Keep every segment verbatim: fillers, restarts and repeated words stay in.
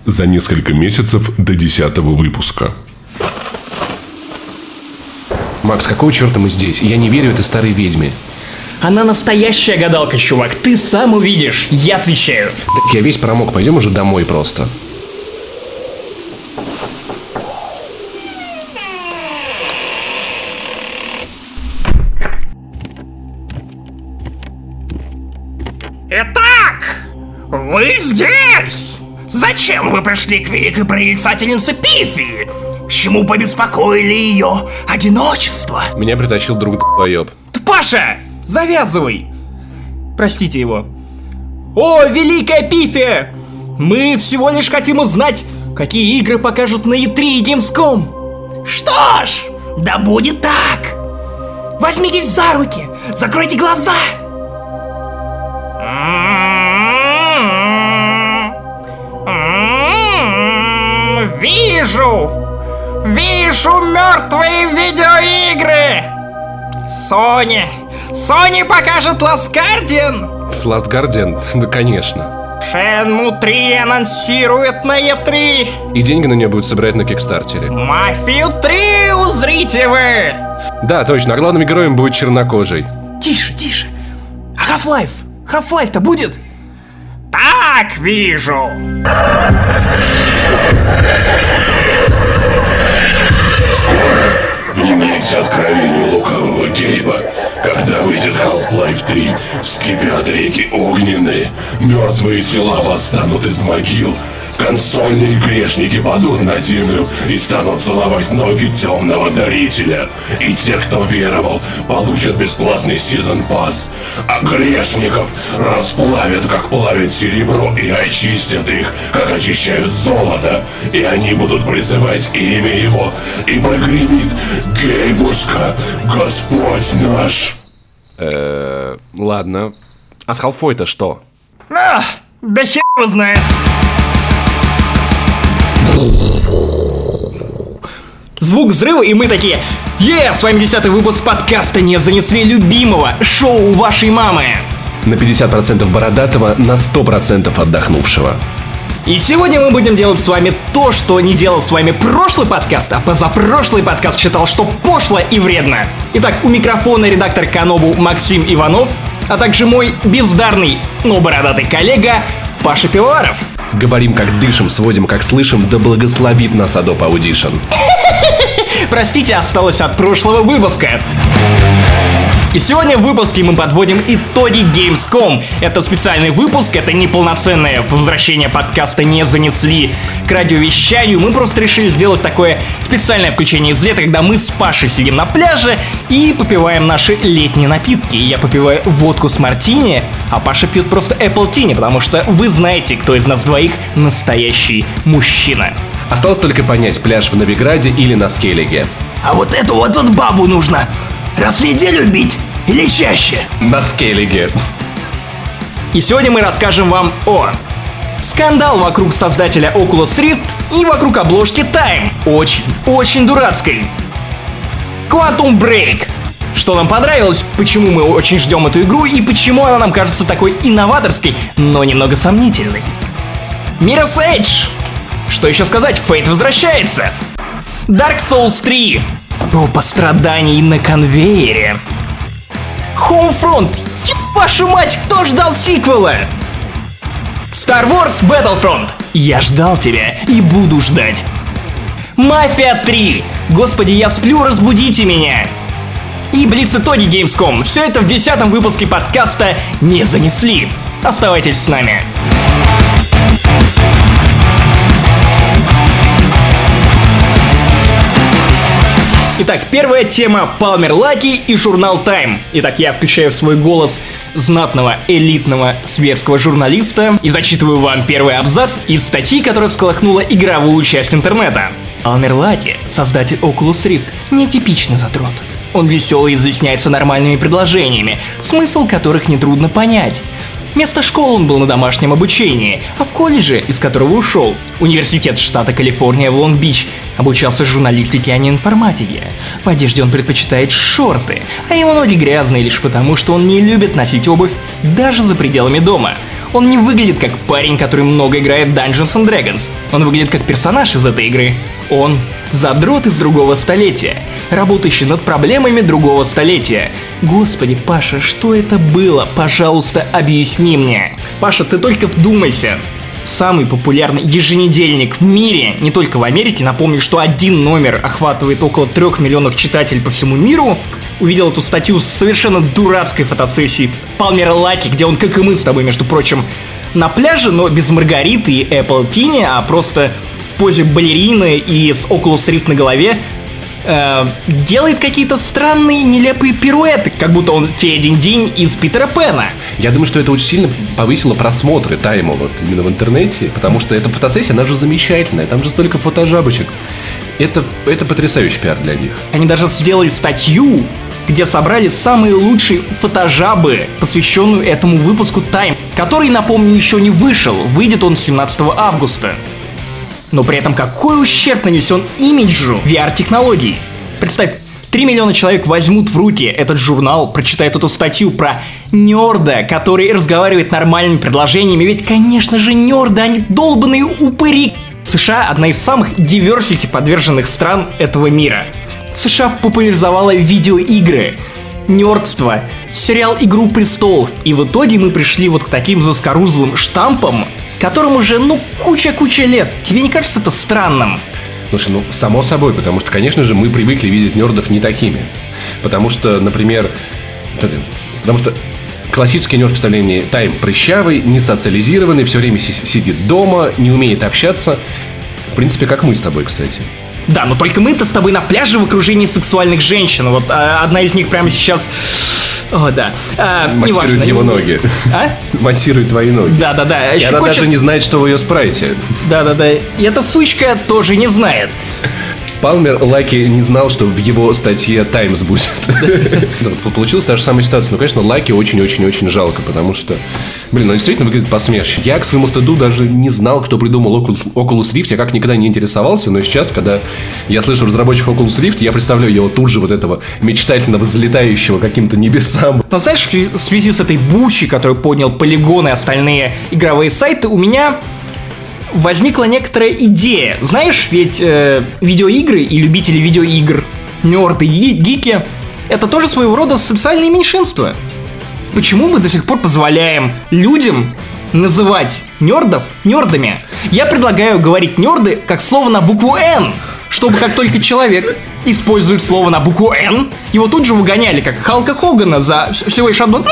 за несколько месяцев до десятого выпуска. Макс, какого черта мы здесь? Я не верю этой старой ведьме. Она настоящая гадалка, чувак. Ты сам увидишь. Я отвечаю. Блять, я весь промок. Пойдем уже домой просто. Итак, вы здесь! Зачем вы пришли к великой прорицательнице Пифи? К чему побеспокоили ее одиночество? Меня притащил друг долбоеб. Паша, завязывай. Простите его. О, великая Пифи! Мы всего лишь хотим узнать, какие игры покажут на и три и Gamescom. Что ж, да будет так. Возьмитесь за руки, закройте глаза. Вижу! Вижу мертвые видеоигры! Sony! Sony покажет Last Guardian! Last Guardian? Да, конечно. Shenmue три анонсирует на и три! И деньги на нее будут собирать на Кикстартере. Мафию три узрите вы! Да, точно, а главным героем будет чернокожий. Тише, тише. А Half-Life? Half-Life-то будет? Так вижу! Внимайте откровению лукавого Гейба. Когда выйдет Half-Life три, вскипят реки огненные, мертвые тела восстанут из могил, консольные грешники падут на землю и станут целовать ноги темного дарителя. И те, кто веровал, получат бесплатный сезон пасс, а грешников расплавят, как плавят серебро, и очистят их, как очищают золото, и они будут призывать имя его, и прогремит: Гейбушка, Господь наш. Эээ, ладно. А с Half-Life-то что? А, да хер его знает. Звук взрыва, и мы такие: е, с вами десятый выпуск подкаста «Не занесли любимого» шоу вашей мамы. На пятьдесят процентов бородатого, на сто процентов отдохнувшего. И сегодня мы будем делать с вами то, что не делал с вами прошлый подкаст, а позапрошлый подкаст считал, что пошло и вредно. Итак, у микрофона редактор Канобу Максим Иванов, а также мой бездарный, но бородатый коллега Паша Пивоваров. Говорим как дышим, сводим как слышим, да благословит нас Adobe Audition. Простите, осталось от прошлого выпуска. И сегодня в выпуске мы подводим итоги Gamescom. Это специальный выпуск, это не полноценное возвращение подкаста «Не занесли» к радиовещанию. Мы просто решили сделать такое специальное включение из лета, когда мы с Пашей сидим на пляже и попиваем наши летние напитки. Я попиваю водку с мартини, а Паша пьет просто Apple Tini, потому что вы знаете, кто из нас двоих настоящий мужчина. Осталось только понять, пляж в Новиграде или на Скеллиге. А вот эту вот тут бабу нужно раз в неделю бить или чаще? На Скеллиге. И сегодня мы расскажем вам о скандал вокруг создателя Oculus Rift и вокруг обложки Time. Очень, очень дурацкой. Quantum Break. Что нам понравилось, почему мы очень ждем эту игру и почему она нам кажется такой инноваторской, но немного сомнительной. Mirror's Edge. Что еще сказать? Fate возвращается. Dark Souls три. Пропа страданий на конвейере. Homefront. Еб вашу мать, кто ждал сиквела? Star Wars Battlefront. Я ждал тебя и буду ждать. Мафия три. Господи, я сплю, разбудите меня. И блиц-итоги Gamescom. Все это в десятом выпуске подкаста «Не занесли». Оставайтесь с нами. Итак, первая тема — Palmer Luckey и журнал Time. Итак, я включаю в свой голос знатного, элитного светского журналиста и зачитываю вам первый абзац из статьи, которая всколыхнула игровую часть интернета. Palmer Luckey, создатель Oculus Rift, нетипичный задрот. Он веселый и изъясняется нормальными предложениями, смысл которых нетрудно понять. Вместо школы он был на домашнем обучении, а в колледже, из которого ушел, университет штата Калифорния в Лонг-Бич, обучался журналистике, а не информатике. В одежде он предпочитает шорты, а его ноги грязные лишь потому, что он не любит носить обувь даже за пределами дома. Он не выглядит как парень, который много играет в Dungeons and Dragons. Он выглядит как персонаж из этой игры. Он задрот из другого столетия, работающий над проблемами другого столетия. Господи, Паша, что это было? Пожалуйста, объясни мне. Паша, ты только вдумайся. Самый популярный еженедельник в мире, не только в Америке, напомню, что один номер охватывает около трех миллионов читателей по всему миру, увидел эту статью с совершенно дурацкой фотосессией Палмера Лаки, где он, как и мы с тобой, между прочим, на пляже, но без Маргариты и Apple Tini, а просто в позе балерины и с Oculus Rift на голове, э, делает какие-то странные нелепые пируэты, как будто он Фея-Динь-Динь из Питера Пэна. Я думаю, что это очень сильно повысило просмотры Тайма вот именно в интернете, потому что эта фотосессия, она же замечательная, там же столько фотожабочек. Это, это потрясающий пиар для них. Они даже сделали статью, где собрали самые лучшие фотожабы, посвященную этому выпуску Time, который, напомню, еще не вышел, выйдет он семнадцатого августа. Но при этом какой ущерб нанесен имиджу ви ар-технологий. Представь, три миллиона человек возьмут в руки этот журнал, прочитают эту статью про нерда, который разговаривает нормальными предложениями, ведь, конечно же, нерды, они долбаные упыри. США — одна из самых diversity подверженных стран этого мира. США популяризовала видеоигры, нердство, сериал «Игру престолов», и в итоге мы пришли вот к таким заскорузлым штампам, которым уже, ну, куча-куча лет. Тебе не кажется это странным? Слушай, ну, само собой, потому что, конечно же, мы привыкли видеть нердов не такими. Потому что, например, потому что классический нерд в представлении Тайм прыщавый, не социализированный, все время сидит дома, не умеет общаться. В принципе, как мы с тобой, кстати. Да, но только мы-то с тобой на пляже в окружении сексуальных женщин. Вот а, одна из них прямо сейчас... О, да. А, массирует неважно. его ноги. А? Массирует твои ноги. Да-да-да. И она даже не знает, что в ее спрайте. Да-да-да. И эта сучка тоже не знает. Палмер Лаки не знал, что в его статье Таймс будет. Получилась та же самая ситуация. Ну, конечно, Лаки очень-очень-очень жалко, потому что, блин, он действительно выглядит посмешище. Я, к своему стыду, даже не знал, кто придумал Oculus Rift. Я как никогда не интересовался, но сейчас, когда я слышу разработчиков Oculus Rift, я представляю его тут же вот этого мечтательного, взлетающего каким-то небесам. Но знаешь, в связи с этой бучей, которую поднял Polygon и остальные игровые сайты, у меня возникла некоторая идея. Знаешь, ведь э, видеоигры и любители видеоигр, нерды и гики — это тоже своего рода социальные меньшинства. Почему мы до сих пор позволяем людям называть нердов нердами? Я предлагаю говорить нерды как слово на букву «Н», чтобы как только человек использует слово на букву «Н», его тут же выгоняли, как Халка Хогана за всего лишь одно...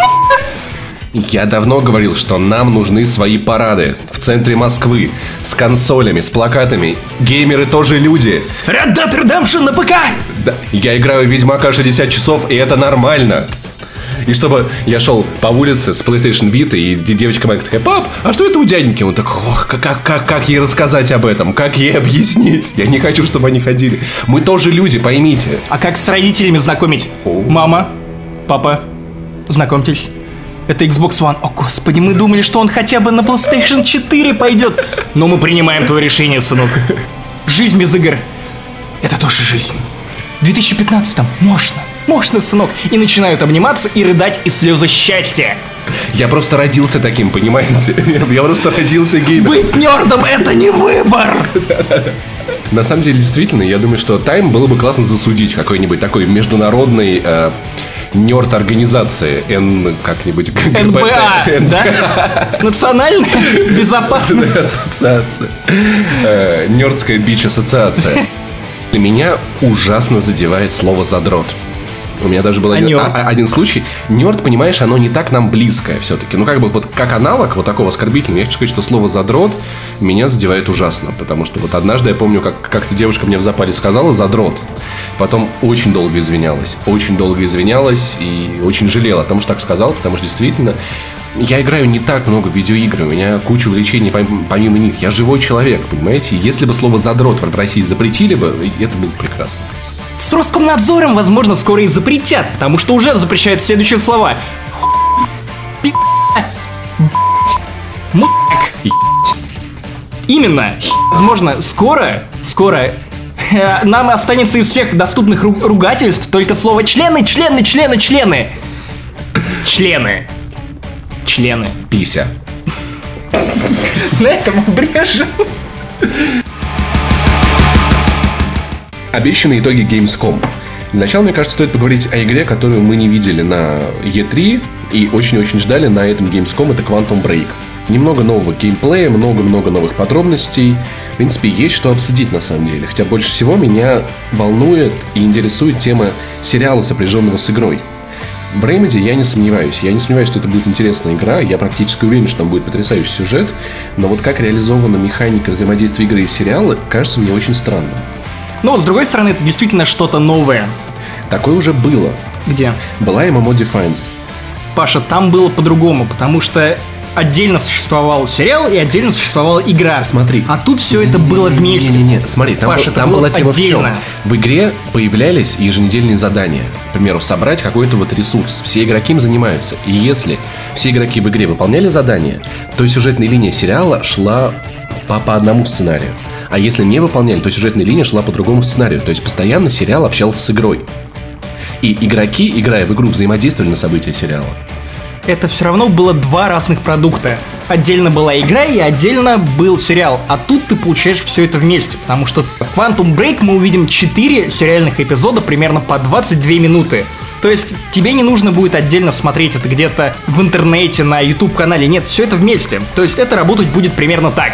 Я давно говорил, что нам нужны свои парады в центре Москвы, с консолями, с плакатами. Геймеры тоже люди. Red Dead Redemption на ПК! Да, я играю в Ведьмака шестьдесят часов, и это нормально. И чтобы я шел по улице с PlayStation Vita, и девочка моя такая: пап, а что это у дяденьки? Он такой: ох, как, как, как ей рассказать об этом? Как ей объяснить? Я не хочу, чтобы они ходили. Мы тоже люди, поймите. А как с родителями знакомить? О. Мама, папа, знакомьтесь. Это Xbox One. О, господи, мы думали, что он хотя бы на PlayStation четыре пойдет. Но мы принимаем твое решение, сынок. Жизнь без игр — это тоже жизнь. В две тысячи пятнадцатом можно, можно, сынок. И начинают обниматься и рыдать из слезы счастья. Я просто родился таким, понимаете? Я просто родился геймером. Быть нердом — это не выбор. На самом деле, действительно, я думаю, что Time было бы классно засудить какой-нибудь такой международный... Э, нерд-организации Н как-нибудь эн бэ а, да? Национальная безопасная ассоциация. Нердская бич-ассоциация. Для меня ужасно задевает слово «задрот». У меня даже был а один, а, один случай. Нерд, понимаешь, оно не так нам близкое все-таки. Ну, как бы вот как аналог вот такого оскорбительного, я хочу сказать, что слово «задрот» меня задевает ужасно. Потому что вот однажды я помню, как как-то девушка мне в запале сказала «задрот». Потом очень долго извинялась. Очень долго извинялась и очень жалела о том, что так сказала. Потому что действительно я играю не так много в видеоигры. У меня куча увлечений помимо них. Я живой человек, понимаете? Если бы слово «задрот» в России запретили бы, это было бы прекрасно. С Роскомнадзором, возможно, скоро и запретят, потому что уже запрещают следующие слова: пи***, б***ь, мудак. Именно. Возможно, скоро, скоро э, нам останется из всех доступных ру- ругательств только слово члены, члены, члены, члены. Члены. Члены. Пися. На этом обрежем. Обещанные итоги Gamescom. Для начала, мне кажется, стоит поговорить о игре, которую мы не видели на и три и очень-очень ждали на этом Gamescom. Это Quantum Break. Немного нового геймплея, много-много новых подробностей. В принципе, есть что обсудить на самом деле. Хотя больше всего меня волнует и интересует тема сериала, сопряженного с игрой. В Remedy я не сомневаюсь. Я не сомневаюсь, что это будет интересная игра. Я практически уверен, что там будет потрясающий сюжет. Но вот как реализована механика взаимодействия игры и сериала, кажется мне очень странным. Но, с другой стороны, это действительно что-то новое. Такое уже было. Где? Была эм эм о Defiance. Паша, там было по-другому, потому что отдельно существовал сериал и отдельно существовала игра. Смотри. А тут все это было вместе. Не-не-не, смотри, там, Паша, там было была тема отдельно. в чем. В игре появлялись еженедельные задания. К примеру, собрать какой-то вот ресурс. Все игроки им занимаются. И если все игроки в игре выполняли задания, то сюжетная линия сериала шла по, по одному сценарию. А если не выполняли, то сюжетная линия шла по другому сценарию. То есть постоянно сериал общался с игрой. И игроки, играя в игру, взаимодействовали на события сериала. Это все равно было два разных продукта. Отдельно была игра и отдельно был сериал. А тут ты получаешь все это вместе. Потому что в Quantum Break мы увидим четыре сериальных эпизода примерно по двадцать две минуты. То есть тебе не нужно будет отдельно смотреть это где-то в интернете, на YouTube-канале. Нет, все это вместе. То есть это работать будет примерно так.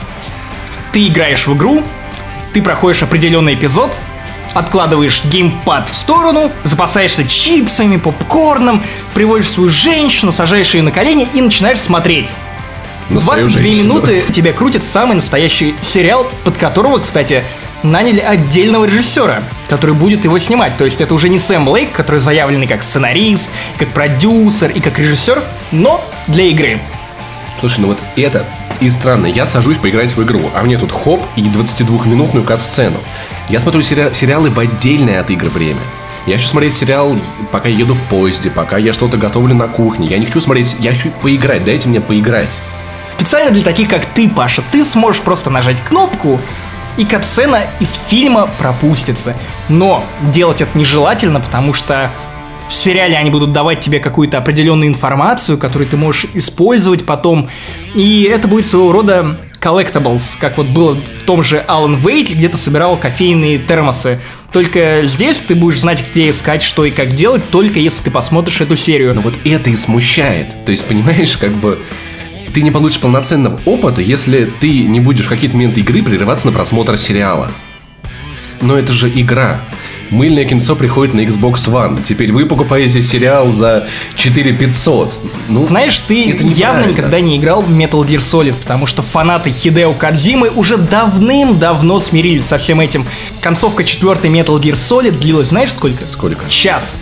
Ты играешь в игру, ты проходишь определенный эпизод, откладываешь геймпад в сторону, запасаешься чипсами, попкорном, приводишь свою женщину, сажаешь ее на колени и начинаешь смотреть. На двадцать две женщину. минуты тебя крутит самый настоящий сериал, под которого, кстати, наняли отдельного режиссера, который будет его снимать. То есть это уже не Сэм Лейк, который заявленный как сценарист, как продюсер и как режиссер, но для игры. Слушай, ну вот это и странно. Я сажусь поиграть в игру, а мне тут хоп и двадцатидвухминутную кат-сцену. Я смотрю сери- сериалы в отдельное от игры время. Я хочу смотреть сериал, пока еду в поезде, пока я что-то готовлю на кухне. Я не хочу смотреть, я хочу поиграть, дайте мне поиграть. Специально для таких, как ты, Паша, ты сможешь просто нажать кнопку, и катсцена из фильма пропустится. Но делать это нежелательно, потому что в сериале они будут давать тебе какую-то определенную информацию, которую ты можешь использовать потом. И это будет своего рода collectibles, как вот было в том же Alan Wake, где ты собирал кофейные термосы. Только здесь ты будешь знать, где искать, что и как делать, только если ты посмотришь эту серию. Но вот это и смущает. То есть, понимаешь, как бы ты не получишь полноценного опыта, если ты не будешь в какие-то моменты игры прерываться на просмотр сериала. Но это же игра. Мыльное кинцо приходит на Xbox One. Теперь вы покупаете сериал за четыре тысячи пятьсот. Ну, знаешь, ты явно никогда не играл в Metal Gear Solid, потому что фанаты Хидео Кодзимы уже давным-давно смирились со всем этим. Концовка четвертой Metal Gear Solid длилась, знаешь, сколько? Сколько? Час.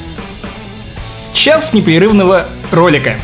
Час непрерывного ролика.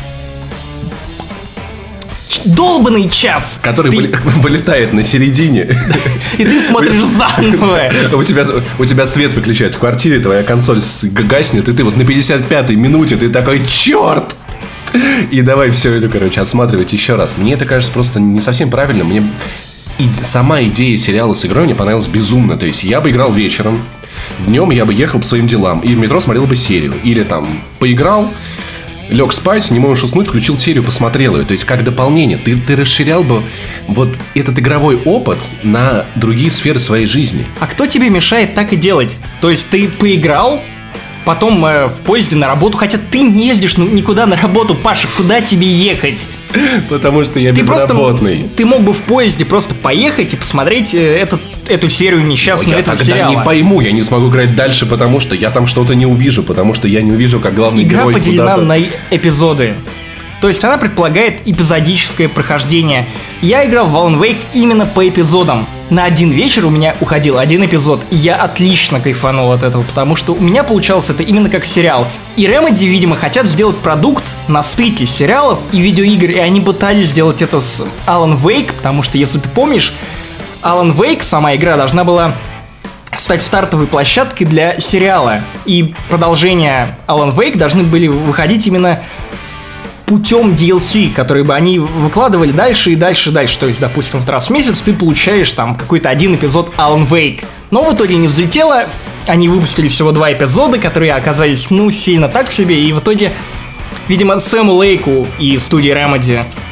Долбанный час. Который ты... вы... вылетает на середине. И ты смотришь заново. У тебя, у тебя свет выключают в квартире, твоя консоль гаснет, и ты вот на пятьдесят пятой минуте ты такой: черт! И давай все это, короче, отсматривать еще раз. Мне это кажется просто не совсем правильно. Мне и сама идея сериала с игрой мне понравилась безумно. То есть я бы играл вечером, днем я бы ехал по своим делам и в метро смотрел бы серию. Или там поиграл, лег спать, не можешь уснуть, включил серию, посмотрел ее. То есть как дополнение. Ты, ты расширял бы вот этот игровой опыт на другие сферы своей жизни. А кто тебе мешает так и делать? То есть ты поиграл, потом э, в поезде на работу, хотя ты не ездишь ну, никуда на работу, Паша, куда тебе ехать? Потому что я ты безработный. Просто, ты мог бы в поезде просто поехать и посмотреть э, этот, эту серию несчастную я этого тогда сериала. не пойму, я не смогу играть дальше, потому что я там что-то не увижу, потому что я не увижу, как главный Игра герой поделена куда-то... на эпизоды. То есть она предполагает эпизодическое прохождение. Я играл в Alan Wake именно по эпизодам. На один вечер у меня уходил один эпизод, и я отлично кайфанул от этого, потому что у меня получалось это именно как сериал. И Remedy, видимо, хотят сделать продукт на стыке сериалов и видеоигр, и они пытались сделать это с Alan Wake, потому что, если ты помнишь, Alan Wake, сама игра, должна была стать стартовой площадкой для сериала. И продолжения Alan Wake должны были выходить именно путем ди эл си, которые бы они выкладывали дальше и дальше и дальше. То есть, допустим, вот раз в месяц ты получаешь там какой-то один эпизод Alan Wake. Но в итоге не взлетело, они выпустили всего два эпизода, которые оказались, ну, сильно так себе, и в итоге, видимо, Сэму Лейку и студии Remedy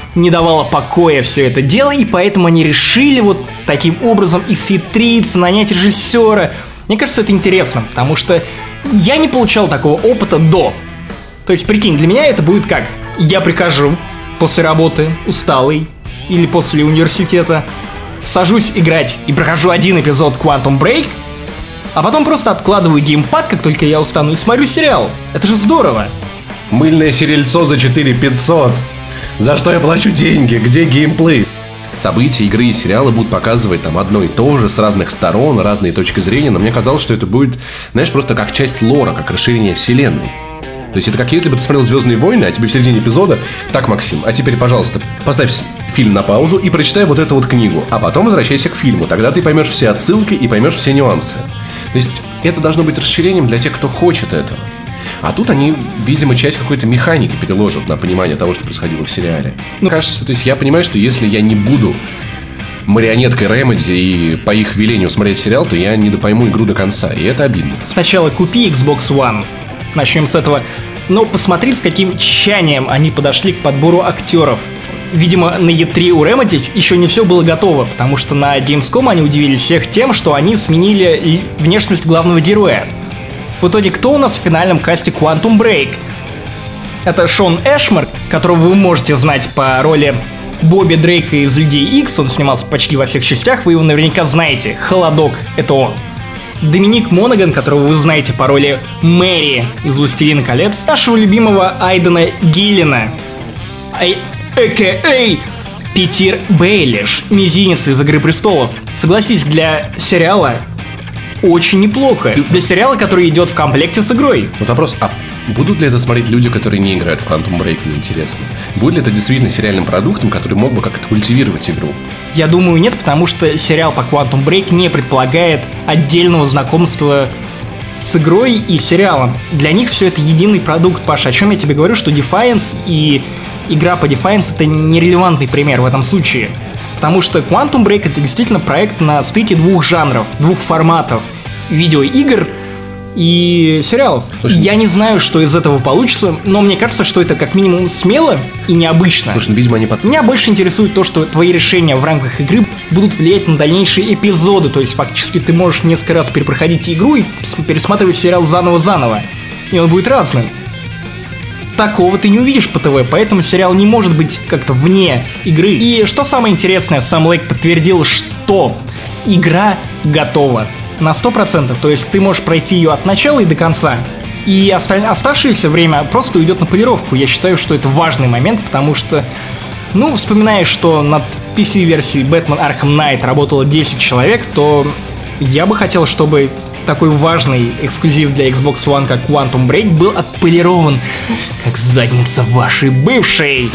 не давало покоя все это дело, и поэтому они решили вот таким образом исхитриться, нанять режиссера. Мне кажется, это интересно, потому что я не получал такого опыта до. То есть, прикинь, для меня это будет как? Я прихожу после работы, усталый, или после университета, сажусь играть и прохожу один эпизод Quantum Break, а потом просто откладываю геймпад, как только я устану, и смотрю сериал. Это же здорово. Мыльное серельцо за четыре тысячи пятьсот. За что я плачу деньги? Где геймплей? События, игры и сериалы будут показывать там одно и то же, с разных сторон, разные точки зрения, но мне казалось, что это будет, знаешь, просто как часть лора, как расширение вселенной. То есть это как если бы ты смотрел «Звездные войны», а тебе в середине эпизода: так, Максим, а теперь, пожалуйста, поставь фильм на паузу и прочитай вот эту вот книгу, а потом возвращайся к фильму, тогда ты поймешь все отсылки и поймешь все нюансы. То есть это должно быть расширением для тех, кто хочет этого. А тут они, видимо, часть какой-то механики переложат на понимание того, что происходило в сериале. Ну, кажется, то есть я понимаю, что если я не буду марионеткой Remedy и по их велению смотреть сериал, то я не допойму игру до конца, и это обидно. Сначала купи Xbox One. Начнем с этого. Но посмотри, с каким тщанием они подошли к подбору актеров. Видимо, на и три у Remedy еще не все было готово, потому что на Gamescom они удивили всех тем, что они сменили внешность главного героя. В итоге, кто у нас в финальном касте Quantum Break? Это Шон Эшмар, которого вы можете знать по роли Бобби Дрейка из Людей Икс. Он снимался почти во всех частях, вы его наверняка знаете. Холодок — это он. Доминик Монаган, которого вы знаете по роли Мэри из «Властелина колец». Нашего любимого Айдена Гиллина, а.к.а. Питер Бейлиш, мизинец из «Игры престолов». Согласись, для сериала очень неплохо. Для сериала, который идет в комплекте с игрой. Вот вопрос, а будут ли это смотреть люди, которые не играют в Quantum Break, мне интересно? Будет ли это действительно сериальным продуктом, который мог бы как-то культивировать игру? Я думаю, нет, потому что сериал по Quantum Break не предполагает отдельного знакомства с игрой и сериалом. Для них все это единый продукт, Паша. О чем я тебе говорю, что Defiance и игра по Defiance — это нерелевантный пример в этом случае. Потому что Quantum Break — это действительно проект на стыке двух жанров, двух форматов: видеоигр и сериалов. Слушай, я не знаю, что из этого получится, но мне кажется, что это как минимум смело и необычно. Слушай, ну, видимо, они потом... Меня больше интересует то, что твои решения в рамках игры будут влиять на дальнейшие эпизоды. То есть фактически ты можешь несколько раз перепроходить игру и пересматривать сериал заново-заново. И он будет разным. Такого ты не увидишь по ТВ, поэтому сериал не может быть как-то вне игры. И что самое интересное, сам Лейк подтвердил, что игра готова на сто процентов. То есть ты можешь пройти ее от начала и до конца. И осталь... оставшееся время просто уйдет на полировку. Я считаю, что это важный момент, потому что, ну, вспоминая, что над пи си-версией Batman Arkham Knight работало десять человек, то я бы хотел, чтобы такой важный эксклюзив для Xbox One, как Quantum Break, был отполирован, как задница вашей бывшей.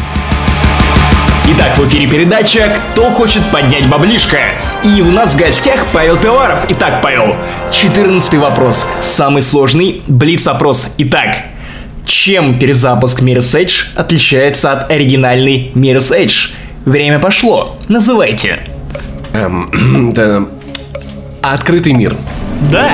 Итак, в эфире передача «Кто хочет поднять баблишко?». И у нас в гостях Павел Пивоваров. Итак, Павел, четырнадцатый вопрос. Самый сложный блиц-опрос. Итак, чем перезапуск Mirror's Edge отличается от оригинальной Mirror's Edge? Время пошло. Называйте. Эм, да, открытый мир. Да.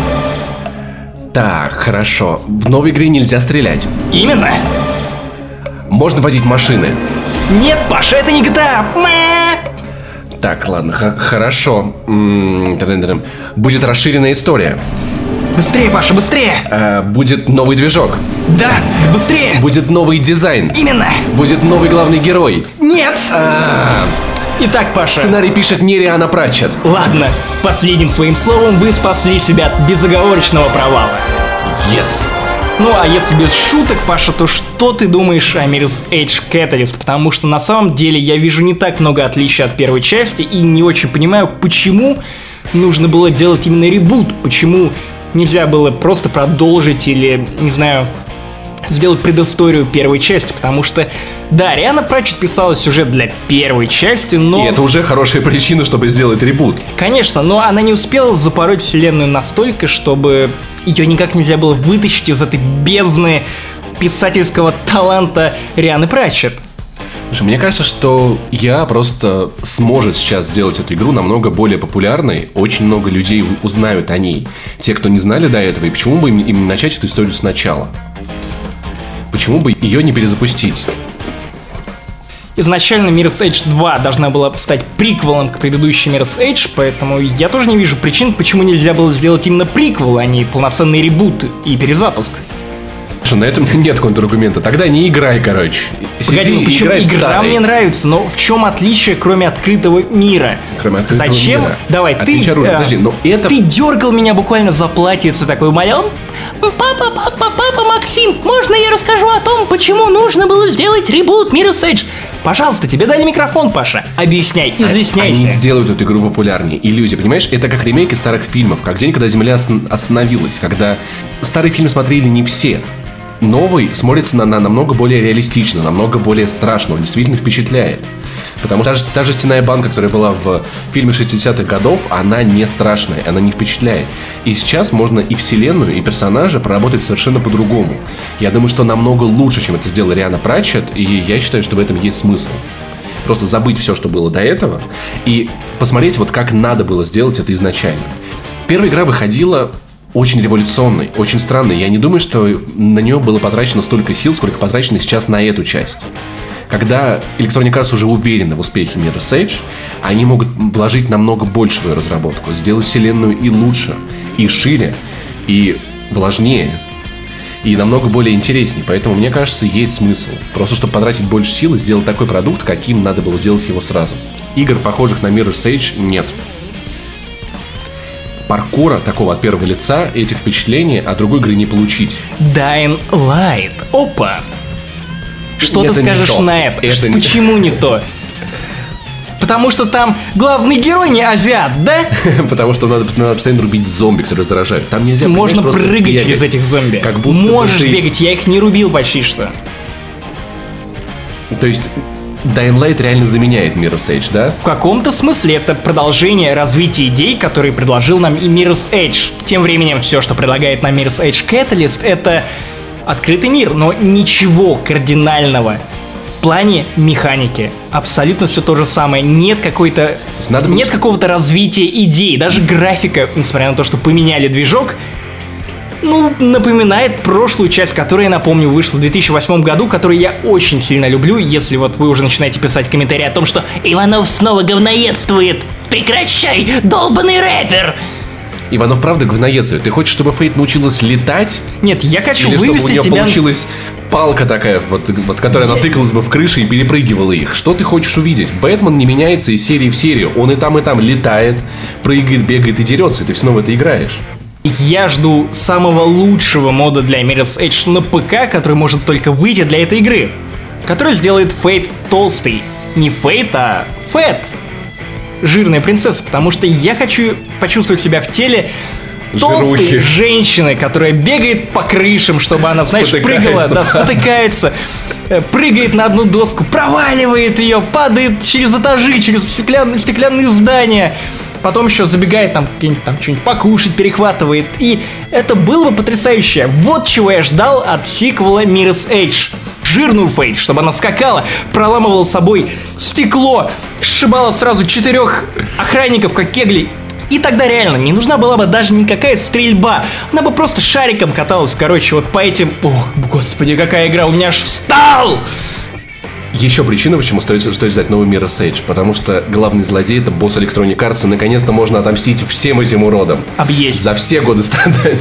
Так, хорошо. В новой игре нельзя стрелять. Именно. Можно водить машины. Нет, Паша, это не джи ти эй. Так, ладно, х- хорошо. М-м-м. Будет расширенная история. Быстрее, Паша, быстрее. А, будет новый движок. Да, быстрее. Будет новый дизайн. Именно. Будет новый главный герой. Нет. А, Итак, Паша. Сценарий пишет не Риана Пратчетт. Ладно, последним своим словом вы спасли себя от безоговорочного провала. Yes. Ну а если без шуток, Паша, то что ты думаешь о Mirror's Edge Catalyst? Потому что на самом деле я вижу не так много отличий от первой части и не очень понимаю, почему нужно было делать именно ребут, почему нельзя было просто продолжить или, не знаю, сделать предысторию первой части, потому что, да, Риана Пратчетт писала сюжет для первой части, но... И это уже хорошая причина, чтобы сделать ребут. Конечно, но она не успела запороть вселенную настолько, чтобы ее никак нельзя было вытащить из этой бездны писательского таланта Рианы Пратчетт. Слушай, мне кажется, что я просто сможет сейчас сделать эту игру намного более популярной. Очень много людей узнают о ней. Те, кто не знали до этого, и почему бы им, им начать эту историю сначала? Почему бы ее не перезапустить? изначально Mirror's Edge два должна была стать приквелом к предыдущей Mirror's Edge, поэтому я тоже не вижу причин, почему нельзя было сделать именно приквел, а не полноценный ребут и перезапуск. Что, на этом нет контраргумента. Тогда не играй, короче. Погоди, Сиди ну и почему играй в игра старый. мне нравится, но в чем отличие, кроме открытого мира? Кроме открытого Зачем? мира. Давай, ты, Отличие оружия. э, Подожди, но это... ты дергал меня буквально за платьице, такой умолял. Папа, папа, папа, Максим, можно я расскажу о том, почему нужно было сделать ребут Mirror's Edge? Пожалуйста, тебе дали микрофон, Паша. Объясняй, изъясняйся. Они сделают эту игру популярнее. Иллюзия, понимаешь? Это как ремейки старых фильмов. Как день, когда Земля осно- остановилась. Когда старый фильм смотрели не все. Новый смотрится на, на намного более реалистично, намного более страшно. Он действительно впечатляет. Потому что та же, та же стенная банка, которая была в фильме шестидесятых годов, она не страшная, она не впечатляет. И сейчас можно и вселенную, и персонажа проработать совершенно по-другому. Я думаю, что намного лучше, чем это сделал Риана Пратчетт, и я считаю, что в этом есть смысл. Просто забыть все, что было до этого, и посмотреть, вот как надо было сделать это изначально. Первая игра выходила очень революционной, очень странной. Я не думаю, что на нее было потрачено столько сил, сколько потрачено сейчас на эту часть. Когда Electronic Arts уже уверены в успехе Mirror's Edge, они могут вложить намного больше в ее разработку, сделать вселенную и лучше, и шире, и влажнее, и намного более интереснее. Поэтому, мне кажется, есть смысл. Просто чтобы потратить больше сил и сделать такой продукт, каким надо было сделать его сразу. Игр, похожих на Mirror's Edge, нет. Паркура такого от первого лица, этих впечатлений от другой игры не получить. Dying Light. Опа. Что Это ты не скажешь то. на это? Это Что- не- Почему не то? Потому что там главный герой не азиат, да? Потому что надо, надо постоянно рубить зомби, которые раздражают. Там нельзя, Можно понимаешь, просто прыгать бегать. через этих зомби. Как будто Можешь бы ты- бегать, я их не рубил почти что. То есть Dying Light реально заменяет Mirror's Edge, да? В каком-то смысле это продолжение развития идей, которые предложил нам и Mirror's Edge. Тем временем все, что предлагает нам Mirror's Edge Catalyst, это открытый мир, но ничего кардинального в плане механики. Абсолютно все то же самое. Нет какой-то... надо было- Нет какого-то развития идей. Даже графика, несмотря на то, что поменяли движок, ну, напоминает прошлую часть, которая, напомню, вышла в две тысячи восьмом году, которую я очень сильно люблю, если вот вы уже начинаете писать комментарии о том, что Иванов снова говноедствует. Прекращай, долбаный рэпер. Иванов правда говноедствует. Ты хочешь, чтобы Фейт научилась летать? нет, я хочу Или чтобы у вывести нее тебя... получилась палка такая, вот, вот которая натыкалась бы в крыше и перепрыгивала их? Что ты хочешь увидеть? Бэтмен не меняется из серии в серию. Он и там, и там летает, прыгает, бегает и дерется, и ты снова это играешь. Я жду самого лучшего мода для Mirror's Edge на ПК, который может только выйти для этой игры. Который сделает Фейт толстый. Не Фейт, а Фэт. Жирная принцесса, потому что я хочу почувствовать себя в теле толстой Жирухи. женщины, которая бегает по крышам, чтобы она, знаешь, прыгала, Спотыкается, да, да. спотыкается, э, прыгает на одну доску, проваливает ее, падает через этажи, через стеклянные, стеклянные здания. Потом еще забегает там, какие-нибудь там что-нибудь покушать, перехватывает. И это было бы потрясающе. Вот чего я ждал от сиквела Mirror's Edge. Жирную Фейт, чтобы она скакала, проламывала с собой стекло, сшибала сразу четырех охранников, как кегли. И тогда реально не нужна была бы даже никакая стрельба. Она бы просто шариком каталась, короче, вот по этим... Ох, господи, какая игра, у меня аж встал! Еще причина, почему стоит, стоит ждать новый Mirror's Edge. Потому что главный злодей — это босс Electronic Arts, и наконец-то можно отомстить всем этим уродам. Объесть. За все годы страданий.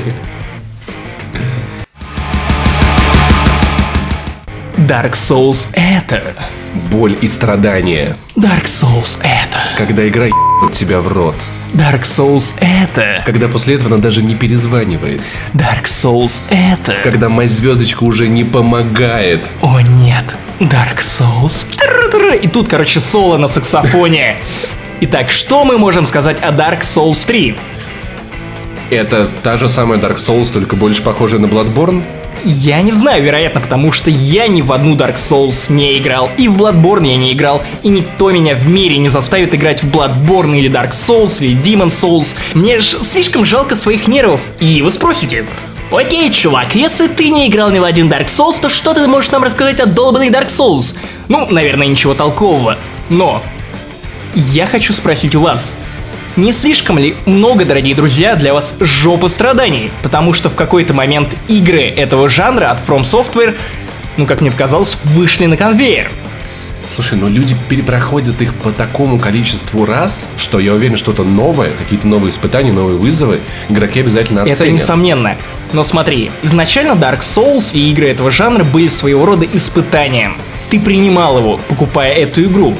Dark Souls это... Боль и страдания. Dark Souls это... Когда игра ебет тебя в рот. Dark Souls это... Когда после этого она даже не перезванивает. Dark Souls это... Когда мать звездочка уже не помогает. О нет, Dark Souls. Трррррр. И тут, короче, соло на саксофоне. Итак, что мы можем сказать о Dark Souls три? Это та же самая Dark Souls, только больше похожая на Bloodborne. Я не знаю, вероятно, потому что я ни в одну Dark Souls не играл, и в Bloodborne я не играл, и никто меня в мире не заставит играть в Bloodborne или Dark Souls или Demon Souls. Мне ж слишком жалко своих нервов. И вы спросите: окей, чувак, если ты не играл ни в один Dark Souls, то что ты можешь нам рассказать о долбанной Dark Souls? Ну, наверное, ничего толкового. Но я хочу спросить у вас: не слишком ли много, дорогие друзья, для вас жопы страданий? Потому что в какой-то момент игры этого жанра от From Software, ну, как мне показалось, вышли на конвейер. Слушай, ну люди перепроходят их по такому количеству раз, что я уверен, что-то новое, какие-то новые испытания, новые вызовы игроки обязательно оценят. Это несомненно. Но смотри, изначально Dark Souls и игры этого жанра были своего рода испытанием. Ты принимал его, покупая эту игру.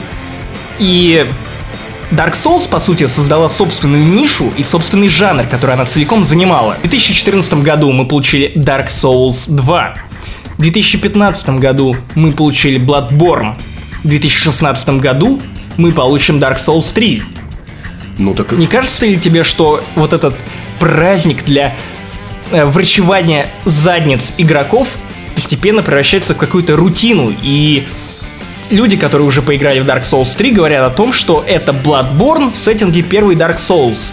И Dark Souls, по сути, создала собственную нишу и собственный жанр, который она целиком занимала. В две тысячи четырнадцатом году мы получили Dark Souls два. В две тысячи пятнадцатом году мы получили Bloodborne. В две тысячи шестнадцатом году мы получим Dark Souls три. Ну так... Не кажется ли тебе, что вот этот праздник для э, врачевания задниц игроков постепенно превращается в какую-то рутину? И люди, которые уже поиграли в Dark Souls три, говорят о том, что это Bloodborne в сеттинге первый Dark Souls.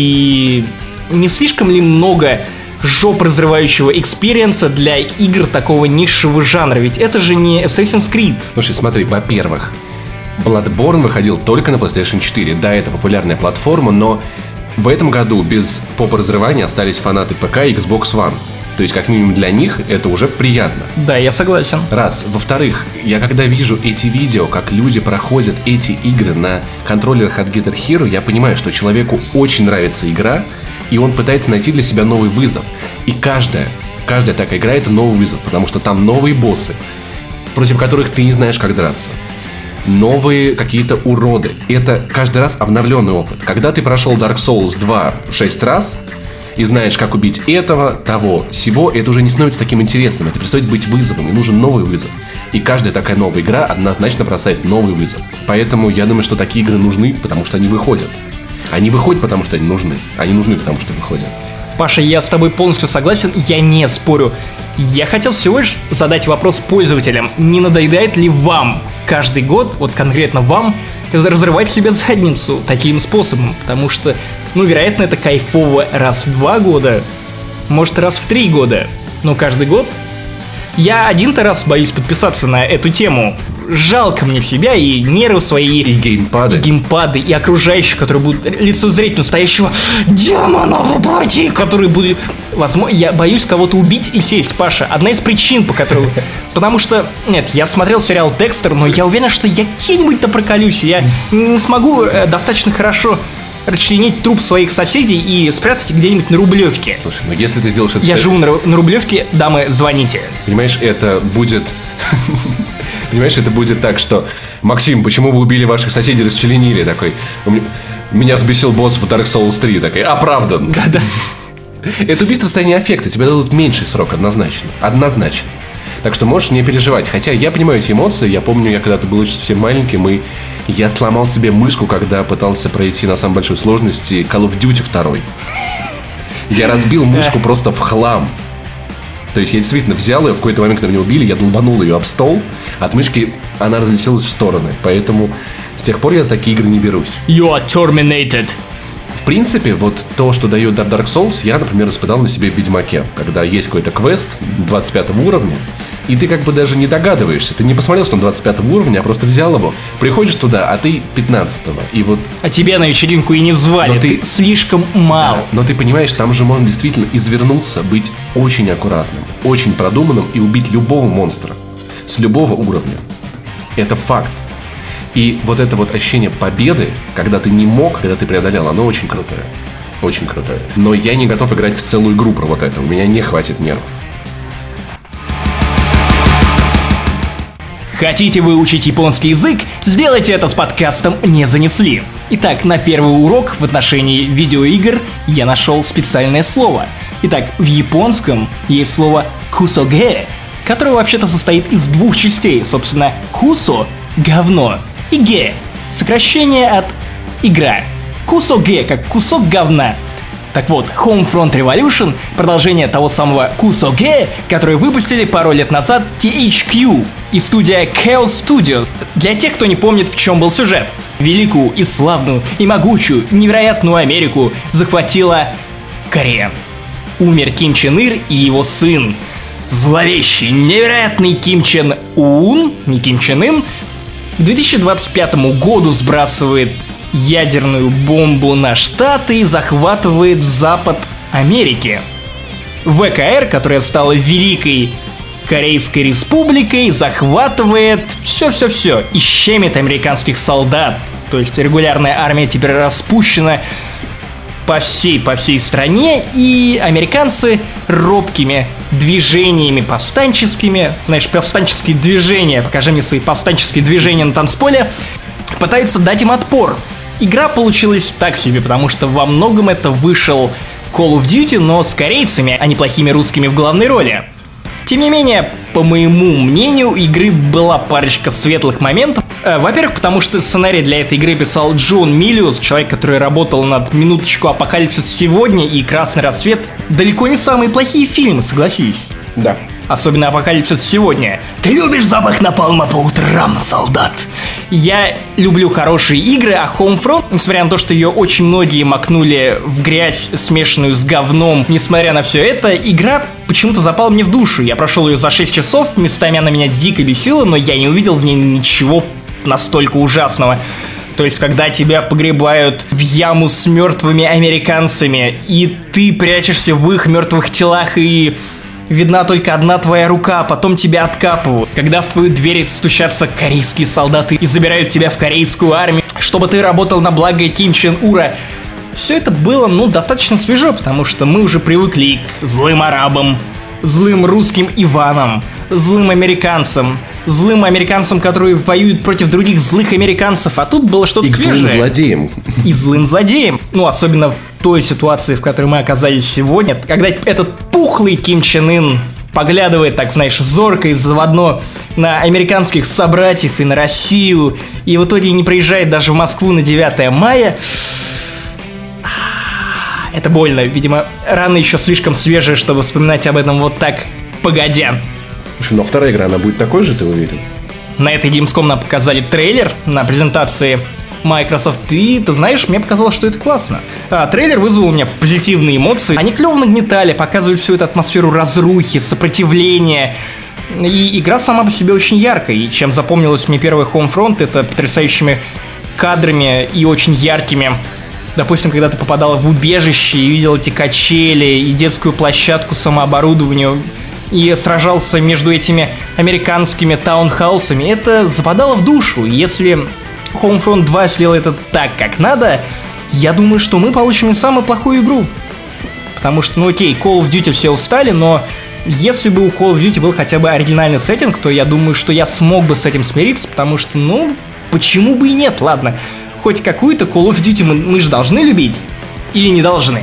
И не слишком ли много жоп-разрывающего экспириенса для игр такого низшего жанра? Ведь это же не Assassin's Creed. Слушай, смотри, во-первых, Bloodborne выходил только на PlayStation четыре. Да, это популярная платформа, но в этом году без попа-разрывания остались фанаты ПК и Xbox One. То есть, как минимум для них, это уже приятно. Да, я согласен. Раз. Во-вторых, я когда вижу эти видео, как люди проходят эти игры на контроллерах от Guitar Hero, я понимаю, что человеку очень нравится игра, и он пытается найти для себя новый вызов. И каждая, каждая такая игра — это новый вызов, потому что там новые боссы, против которых ты не знаешь, как драться. Новые какие-то уроды. Это каждый раз обновленный опыт. Когда ты прошел Dark Souls два шесть раз и знаешь, как убить этого, того, сего, это уже не становится таким интересным. Это перестает быть вызовом, и нужен новый вызов. И каждая такая новая игра однозначно бросает новый вызов. Поэтому я думаю, что такие игры нужны, потому что они выходят. Они выходят, потому что они нужны. Они нужны, потому что выходят. Паша, я с тобой полностью согласен, я не спорю. Я хотел всего лишь задать вопрос пользователям. Не надоедает ли вам каждый год, вот конкретно вам, разрывать себе задницу таким способом? Потому что, ну, вероятно, это кайфово раз в два года, может, раз в три года. Но каждый год я один-то раз боюсь подписаться на эту тему. Жалко мне себя и нервы свои. И геймпады. И геймпады, и окружающих, которые будут лицезреть настоящего демона воплоти, который будет... Возможно, я боюсь кого-то убить и сесть, Паша. Одна из причин, по которой... Потому что, нет, я смотрел сериал «Декстер», но я уверен, что я где-нибудь-то проколюсь. Я не смогу э, достаточно хорошо расчленить труп своих соседей и спрятать где-нибудь на Рублевке. Слушай, ну если ты сделаешь это... Я живу на, на Рублевке, дамы, звоните. Понимаешь, это будет... Понимаешь, это будет так, что Максим, почему вы убили ваших соседей, расчленили? Такой, меня взбесил босс в Dark Souls три. Такой, оправдан. Да-да. Это убийство в состоянии аффекта. Тебе дадут меньший срок, однозначно. Однозначно. Так что можешь не переживать. Хотя я понимаю эти эмоции. Я помню, я когда-то был совсем маленьким, и я сломал себе мышку, когда пытался пройти на самой большой сложности Call of Duty два. Я разбил мышку просто в хлам. То есть я действительно взял ее, в какой-то момент, когда меня убили, я долбанул ее об стол, от мышки она разлетелась в стороны. Поэтому с тех пор я за такие игры не берусь. You are terminated. В принципе, вот то, что дает Dark Souls, я, например, испытал на себе в Ведьмаке. Когда есть какой-то квест двадцать пятого уровня, и ты как бы даже не догадываешься. Ты не посмотрел, что он двадцать пятого уровня, а просто взял его. Приходишь туда, а ты пятнадцатого. И вот... А тебя на вечеринку и не звали, Но ты... ты слишком мал. Да, но ты понимаешь, там же можно действительно извернуться, быть очень аккуратным, очень продуманным и убить любого монстра. С любого уровня. Это факт. И вот это вот ощущение победы, когда ты не мог, когда ты преодолел, оно очень крутое. Очень крутое. Но я не готов играть в целую игру про вот это. У меня не хватит нервов. Хотите выучить японский язык? Сделайте это с подкастом «Не занесли». Итак, на первый урок в отношении видеоигр я нашел специальное слово. Итак, в японском есть слово «кусоге», которое вообще-то состоит из двух частей. Собственно, «кусо» — говно, и «ге» — сокращение от «игра». «Кусоге» как кусок говна. Так вот, Homefront Revolution — продолжение того самого Кусоге, который выпустили пару лет назад ти эйч кью и студия Chaos Studio. Для тех, кто не помнит, в чем был сюжет. Великую и славную и могучую, невероятную Америку захватила Корея. Умер Ким Чен Ир и его сын. Зловещий, невероятный Ким Чен Ун, не Ким Чен Ын, к две тысячи двадцать пятому году сбрасывает ядерную бомбу на Штаты и захватывает Запад Америки. вэ ка эр, которая стала великой Корейской республикой, захватывает все-все-все и щемит американских солдат. То есть регулярная армия теперь распущена по всей, по всей стране, и американцы робкими движениями повстанческими, знаешь, повстанческие движения, покажи мне свои повстанческие движения на танцполе, пытаются дать им отпор. Игра получилась так себе, потому что во многом это вышел Call of Duty, но с корейцами, а не плохими русскими в главной роли. Тем не менее, по моему мнению, у игры была парочка светлых моментов. Во-первых, потому что сценарий для этой игры писал Джон Миллиус, человек, который работал над «Минуточку Апокалипсис сегодня» и «Красный рассвет». Далеко не самые плохие фильмы, согласись. Да. Особенно «Апокалипсис сегодня». Ты любишь запах напалма по утрам, солдат? Я люблю хорошие игры, а Homefront, несмотря на то, что ее очень многие макнули в грязь, смешанную с говном, несмотря на все это, игра почему-то запала мне в душу. Я прошел ее за шесть часов, местами она меня дико бесила, но я не увидел в ней ничего настолько ужасного. То есть, когда тебя погребают в яму с мертвыми американцами, и ты прячешься в их мертвых телах, и видна только одна твоя рука, а потом тебя откапывают. Когда в твою дверь стучатся корейские солдаты и забирают тебя в корейскую армию, чтобы ты работал на благо Ким Чен Ура. Все это было, ну, достаточно свежо, потому что мы уже привыкли к злым арабам, злым русским Иванам, злым американцам, злым американцам, которые воюют против других злых американцев, а тут было что-то И к свежее. злым злодеям. И злым злодеям. Ну, особенно в той ситуации, в которой мы оказались сегодня, когда этот пухлый Ким Чен Ын поглядывает, так знаешь, зорко и заводно на американских собратьев и на Россию, и в итоге не приезжает даже в Москву на девятое мая. Это больно, видимо, рана еще слишком свежая, чтобы вспоминать об этом вот так, погодя. Слушай, но вторая игра, она будет такой же, ты уверен? На этой Gamescom нам показали трейлер на презентации Microsoft, и, ты знаешь, мне показалось, что это классно. А, трейлер вызвал у меня позитивные эмоции. Они клево нагнетали, показывали всю эту атмосферу разрухи, сопротивления. И игра сама по себе очень яркая. И чем запомнилась мне первый Homefront, это потрясающими кадрами и очень яркими. Допустим, когда ты попадал в убежище и видел эти качели, и детскую площадку самооборудования, и сражался между этими американскими таунхаусами, это западало в душу. Если Homefront два сделает это так, как надо, я думаю, что мы получим не самую плохую игру. Потому что, ну окей, Call of Duty все устали, но если бы у Call of Duty был хотя бы оригинальный сеттинг, то я думаю, что я смог бы с этим смириться, потому что, ну, почему бы и нет, ладно. Хоть какую-то Call of Duty мы, мы же должны любить или не должны?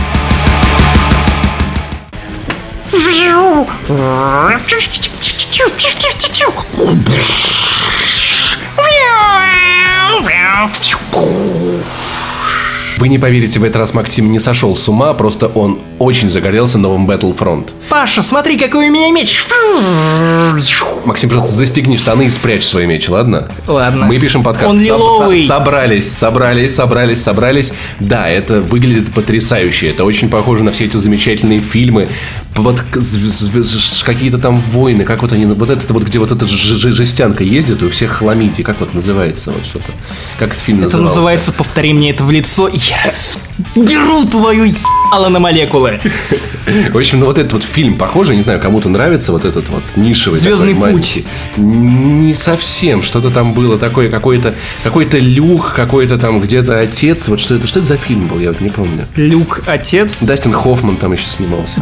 Вы не поверите, в этот раз Максим не сошел с ума, просто он очень загорелся новым Battlefront. Паша, смотри, какой у меня меч! Максим, просто застегни штаны и спрячь свой меч, ладно? Ладно. Мы пишем подкаст. Он лиловый. Со- собрались, собрались, собрались, собрались. Да, это выглядит потрясающе. Это очень похоже на все эти замечательные фильмы. Вот какие-то там войны, как вот они, вот это вот, где вот эта жестянка ездит, и у всех хламидий, как вот называется, вот что-то. Как этот фильм назывался? Это называется «Повтори мне это в лицо, и я беру твою ебало на молекулы». В общем, ну вот этот вот фильм похоже, не знаю, кому-то нравится вот этот вот нишевый. «Звездный такой, путь». Не совсем. Что-то там было такое, какой-то какой-то Люк, какой-то там где-то отец. Вот что это? Что это за фильм был? Я вот не помню. Люк, отец. Дастин Хоффман там еще снимался.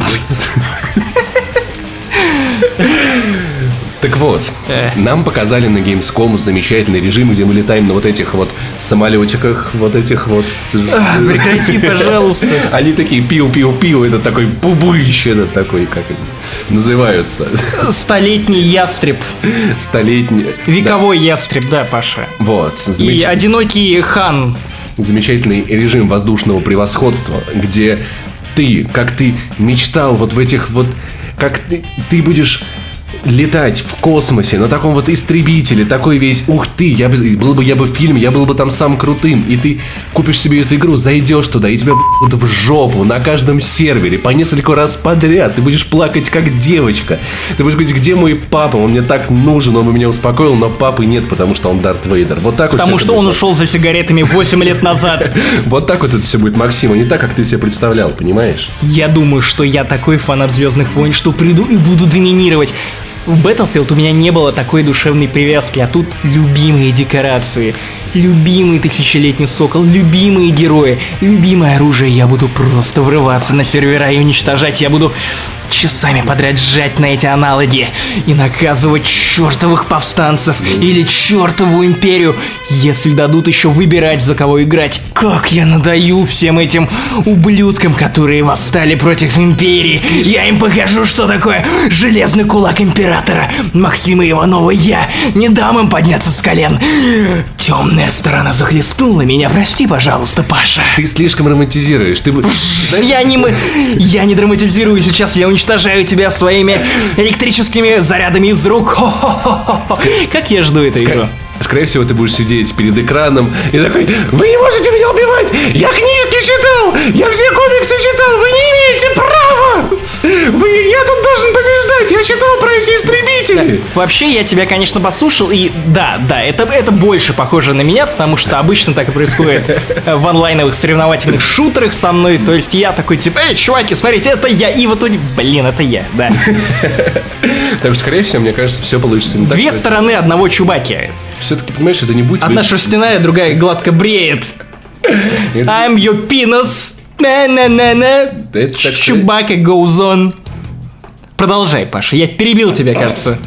Так вот, нам показали на Gamescom замечательный режим, где мы летаем на вот этих вот самолетиках, вот этих вот... Прекрати, пожалуйста. Они такие пиу-пиу-пиу, это такой бубыщ, это такой, как они называются? Столетний ястреб. Столетний... Вековой да. ястреб, да, Паша. Вот. И одинокий хан. Замечательный режим воздушного превосходства, где ты, как ты мечтал вот в этих вот... Как ты, ты будешь летать в космосе на таком вот истребителе, такой весь, ух ты, я бы, был бы я бы в фильме, я был бы там сам крутым, и ты купишь себе эту игру, зайдешь туда, и тебя будут в жопу на каждом сервере по несколько раз подряд, ты будешь плакать как девочка, ты будешь говорить, где мой папа, он мне так нужен, он бы меня успокоил, но папы нет, потому что он Дарт Вейдер. Вот так вот. Потому что он ушел за сигаретами восемь лет назад. Вот так вот это все будет, Максим, не так, как ты себе представлял, понимаешь? Я думаю, что я такой фанат «Звездных войн», что приду и буду доминировать. В Battlefield у меня не было такой душевной привязки, а тут любимые декорации, любимый тысячелетний сокол, любимые герои, любимое оружие. Я буду просто врываться на сервера и уничтожать. Я буду часами подряд сжать на эти аналоги и наказывать чертовых повстанцев или чертову империю, если дадут еще выбирать, за кого играть. Как я надаю всем этим ублюдкам, которые восстали против империи. Я им покажу, что такое железный кулак императора Максима Иванова. Я не дам им подняться с колен. Темная сторона захлестнула меня. Прости, пожалуйста, Паша. Ты слишком романтизируешь. Ты... Я не, мы... я не драматизирую сейчас, я уничтожаю тебя своими электрическими зарядами из рук. Хо-хо-хо-хо. Как я жду эту игру. Скорее всего, ты будешь сидеть перед экраном и такой: вы не можете меня убивать! Я книжки читал! Я все комиксы читал! Вы не имеете права! Вы... Я тут должен побеждать! Я читал про эти истребители! Вообще, я тебя, конечно, послушал, и да, да, это, это больше похоже на меня, потому что обычно так и происходит в онлайновых соревновательных шутерах со мной. То есть я такой типа: эй, чуваки, смотрите, это я, и вот тут, блин, это я, да. Так что, скорее всего, мне кажется, все получится не так. Две стороны одного чубаки. Все-таки, понимаешь, это не будет... Одна шерстяная, другая гладко бреет. I'm your penis. На-на-на-на. Чубака goes on. Продолжай, Паша, я перебил тебя, кажется.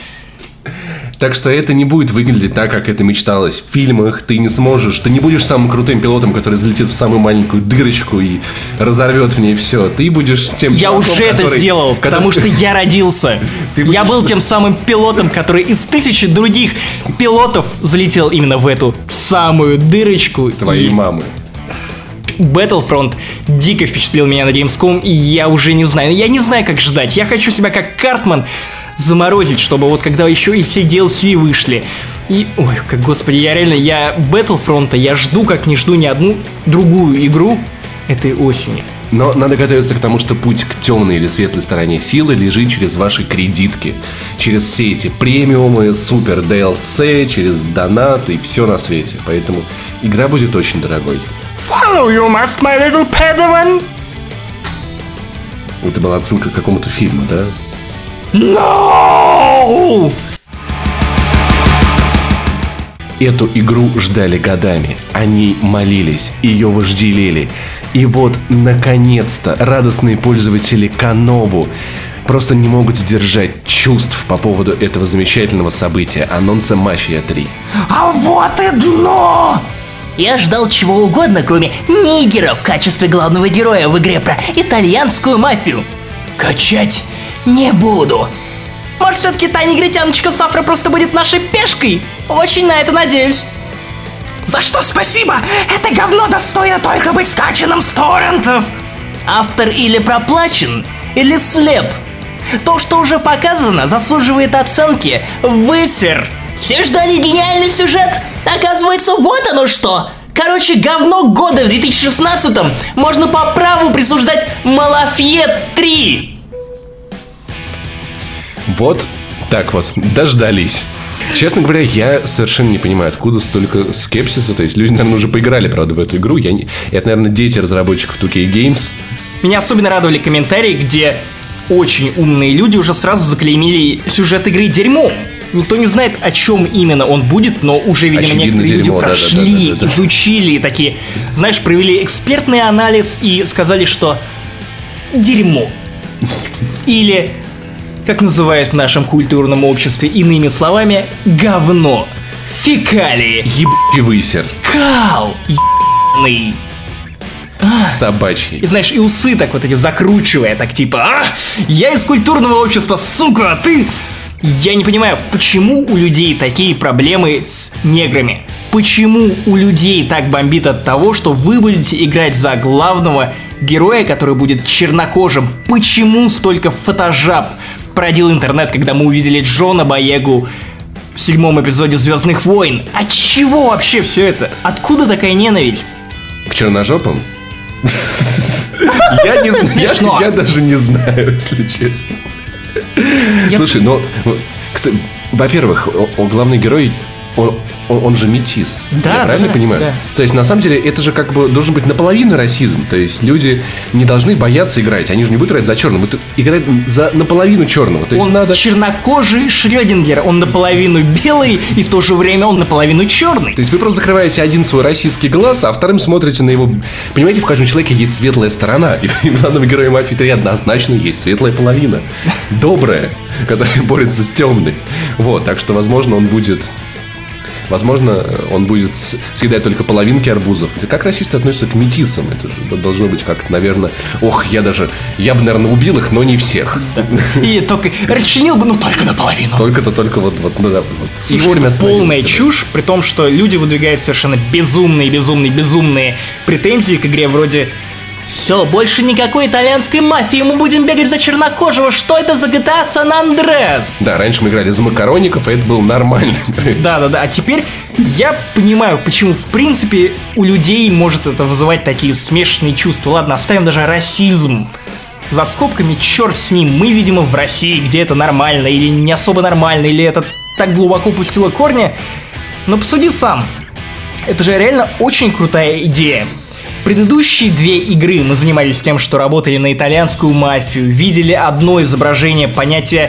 Так что это не будет выглядеть так, как это мечталось. В фильмах ты не сможешь, ты не будешь самым крутым пилотом, который залетит в самую маленькую дырочку и разорвет в ней все. Ты будешь тем Я чуваком, уже это который, сделал, который... потому что я родился. Будешь... Я был тем самым пилотом, который из тысячи других пилотов залетел именно в эту самую дырочку. Твоей и... мамы. Battlefront дико впечатлил меня на Gamescom, и я уже не знаю. Я не знаю, как ждать. Я хочу себя как Картман заморозить, чтобы вот когда еще и все ди эл си вышли. И, ой, как, господи, я реально, я Battlefront, я жду, как не жду ни одну другую игру этой осени. Но надо готовиться к тому, что путь к темной или светлой стороне силы лежит через ваши кредитки. Через все эти премиумы, супер ди эл си, через донат и все на свете. Поэтому игра будет очень дорогой. Follow you must, my little padawan. Это была отсылка к какому-то фильму, да? No! Эту игру ждали годами. Они молились, ее вожделели. И вот, наконец-то, радостные пользователи Канобу просто не могут сдержать чувств по поводу этого замечательного события, анонса «Мафия три». А вот и дно! Я ждал чего угодно, кроме нигера в качестве главного героя в игре про итальянскую мафию. Качать не буду. Может, все-таки та негритяночка Сафра просто будет нашей пешкой? Очень на это надеюсь. За что спасибо! Это говно достойно только быть скачанным с торрентов! Автор или проплачен, или слеп. То, что уже показано, заслуживает оценки высер. Все ждали гениальный сюжет? Оказывается, вот оно что! Короче, говно года в две тысячи шестнадцатом можно по праву присуждать Малафье три. Вот так вот, дождались. Честно говоря, я совершенно не понимаю, откуда столько скепсиса. То есть люди, наверное, уже поиграли, правда, в эту игру. Я не... Это, наверное, дети разработчиков ту кей Games. Меня особенно радовали комментарии, где очень умные люди уже сразу заклеймили сюжет игры дерьмом. Никто не знает, о чем именно он будет, но уже, видимо, очевидно, некоторые дерьмо, люди да, прошли, да, да, да, да. изучили, такие, знаешь, провели экспертный анализ и сказали, что дерьмо. Или, как называют в нашем культурном обществе иными словами, говно, фекалии, Ебучий высер. кал, ебаный. Собачий. И знаешь, и усы так вот эти закручивая, так типа: а, я из культурного общества, сука, а ты... Я не понимаю, почему у людей такие проблемы с неграми? Почему у людей так бомбит от того, что вы будете играть за главного героя, который будет чернокожим? Почему столько фотожаб породил интернет, когда мы увидели Джона Боегу в седьмом эпизоде «Звездных войн»? От чего вообще все это? Откуда такая ненависть? К черножопам? Я не знаю, я даже не знаю, если честно. Я... Слушай, ну, кстати, во-первых, главный герой, он, он, он же метис. Да, Я правильно да, понимаю? да. То есть, на самом деле, это же как бы должен быть наполовину расизм. То есть, люди не должны бояться играть. Они же не будут играть за черного, будут играть за наполовину черного. То есть, Он надо... чернокожий Шрёдингер, он наполовину белый, и в то же время он наполовину черный. То есть вы просто закрываете один свой российский глаз, а вторым смотрите на его... Понимаете, в каждом человеке есть светлая сторона. И в данном герое «Мафии три» однозначно есть светлая половина. Добрая, которая борется с темной. Вот, так что, возможно, он будет... Возможно, он будет съедать только половинки арбузов. Как расисты относятся к метисам? Это же должно быть как-то, наверное... Ох, я даже... Я бы, наверное, убил их, но не всех. И только расчленил бы, ну только наполовину. Только-то, только вот... вот, ну, да, вот. Слушай, И вовремя это полная остановился. чушь, при том, что люди выдвигают совершенно безумные, безумные, безумные претензии к игре вроде «Все, больше никакой итальянской мафии, мы будем бегать за чернокожего, что это за джи ти эй San Andreas?» Да, раньше мы играли за макаронников, и это было нормально. Да-да-да, а теперь я понимаю, почему в принципе у людей может это вызывать такие смешанные чувства. Ладно, оставим даже расизм. За скобками, черт с ним, мы, видимо, в России, где это нормально, или не особо нормально, или это так глубоко пустило корни. Но посуди сам, это же реально очень крутая идея. Предыдущие две игры мы занимались тем, что работали на итальянскую мафию, видели одно изображение понятия